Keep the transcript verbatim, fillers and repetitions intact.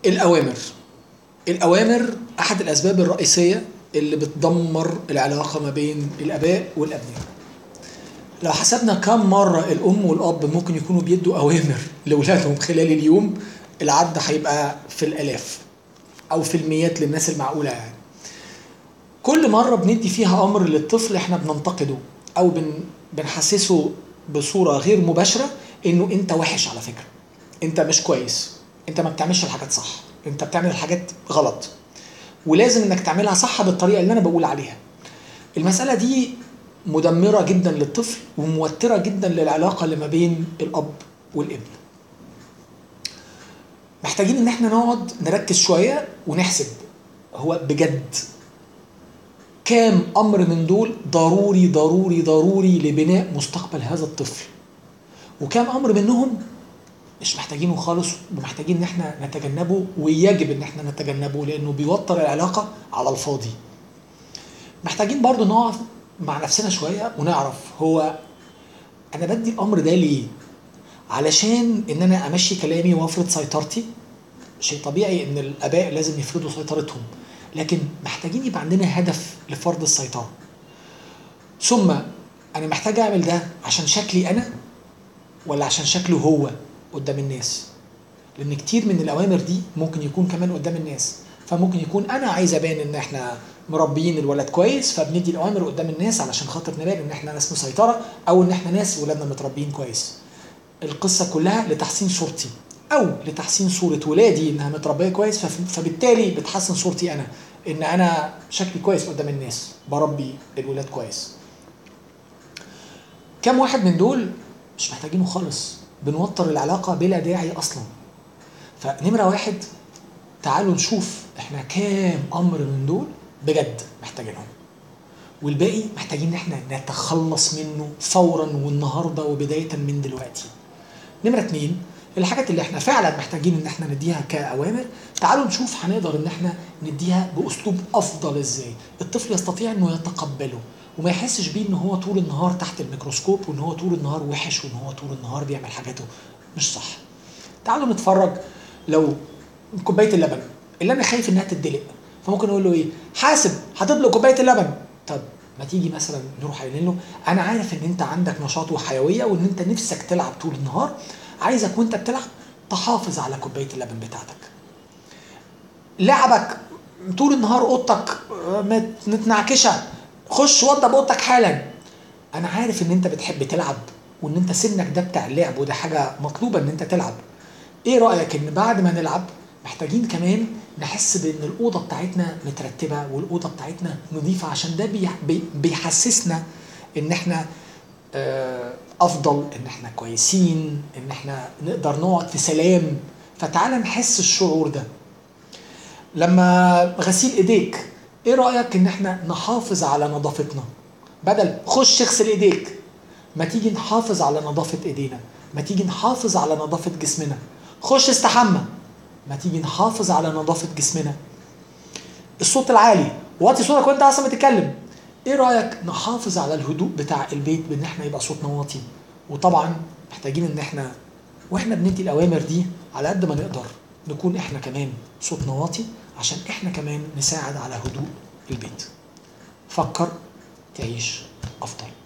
الأوامر. الأوامر أحد الأسباب الرئيسية اللي بتدمر العلاقة ما بين الآباء والأبناء. لو حسبنا كم مرة الأم والأب ممكن يكونوا بيدوا أوامر لأولادهم خلال اليوم، العد هيبقى في الآلاف أو في المئات للناس المعقولة. يعني كل مرة بندي فيها أمر للطفل احنا بننتقده أو بن بنحسسه بصورة غير مباشرة إنه أنت وحش، على فكرة أنت مش كويس، أنت ما بتعملش الحاجات صح، أنت بتعمل الحاجات غلط، ولازم إنك تعملها صح بالطريقة اللي أنا بقول عليها. المسألة دي مدمرة جدا للطفل وموترة جدا للعلاقة اللي ما بين الأب والابن. محتاجين إن احنا نقعد نركز شوية ونحسب هو بجد كام أمر من دول ضروري ضروري ضروري لبناء مستقبل هذا الطفل، وكام أمر منهم مش محتاجينه خالص ومحتاجين ان احنا نتجنبه، ويجب ان احنا نتجنبه لانه بيوتر العلاقة على الفاضي. محتاجين برضو نقعد مع نفسنا شوية ونعرف هو انا بدي الامر ده ليه؟ علشان ان انا امشي كلامي وافرض سيطرتي. شيء طبيعي ان الاباء لازم يفرضوا سيطرتهم، لكن محتاجين يبقى عندنا هدف لفرض السيطرة. ثم انا محتاج اعمل ده عشان شكلي انا ولا عشان شكله هو قدام الناس؟ لان كتير من الاوامر دي ممكن يكون كمان قدام الناس، فممكن يكون انا عايز ابان ان احنا مربيين الولد كويس فبندي الاوامر قدام الناس علشان خاطر نبان ان احنا ناس مسيطره، او ان احنا ناس ولادنا متربيين كويس. القصه كلها لتحسين صورتي او لتحسين صوره ولادي انها متربيه كويس، فبالتالي بتحسن صورتي انا ان انا شكلي كويس قدام الناس، بربي الولاد كويس. كم واحد من دول مش محتاجينه خالص، بنوتر العلاقه بلا داعي اصلا. فنمرة واحد، تعالوا نشوف احنا كام امر من دول بجد محتاجينهم، والباقي محتاجين ان احنا نتخلص منه فورا والنهارده وبدايه من دلوقتي. نمرة اتنين، الحاجات اللي احنا فعلا محتاجين ان احنا نديها كاوامر، تعالوا نشوف هنقدر ان احنا نديها باسلوب افضل ازاي الطفل يستطيع انه يتقبله وما يحسش بيه ان هو طول النهار تحت الميكروسكوب وان هو طول النهار وحش وان هو طول النهار بيعمل حاجاته مش صح. تعالوا نتفرج. لو كوبايه اللبن اللي انا خايف انها تدلق، فممكن اقول له ايه؟ حاسب هتدلق كوبايه اللبن. طب ما تيجي مثلا نروح قايلين له انا عارف ان انت عندك نشاط وحيويه وان انت نفسك تلعب طول النهار، عايزك وانت بتلعب تحافظ على كوبايه اللبن بتاعتك. لعبك طول النهار اوضتك متنعكشه، خش وضب اوضتك حالا. انا عارف ان انت بتحب تلعب وان انت سنك ده بتاع اللعب وده حاجه مطلوبه ان انت تلعب. ايه رايك ان بعد ما نلعب محتاجين كمان نحس بان الاوضه بتاعتنا مترتبه والاوضه بتاعتنا نظيفه، عشان ده بيحسسنا ان احنا افضل، ان احنا كويسين، ان احنا نقدر نقعد في سلام. فتعال نحس الشعور ده. لما غسيل ايديك، ايه رايك ان احنا نحافظ على نظافتنا؟ بدل خش اغسل ايديك، ما تيجي نحافظ على نظافه ايدينا، ما تيجي نحافظ على نظافه جسمنا. خش استحمى، ما تيجي نحافظ على نظافه جسمنا. الصوت العالي، وطي صوتك وانت اصلا بتتكلم. ايه رايك نحافظ على الهدوء بتاع البيت بان احنا يبقى صوتنا واطي؟ وطبعا محتاجين ان احنا واحنا بندي الاوامر دي على قد ما نقدر نكون احنا كمان صوتنا واطي، عشان احنا كمان نساعد على هدوء البيت. فكر تعيش افضل.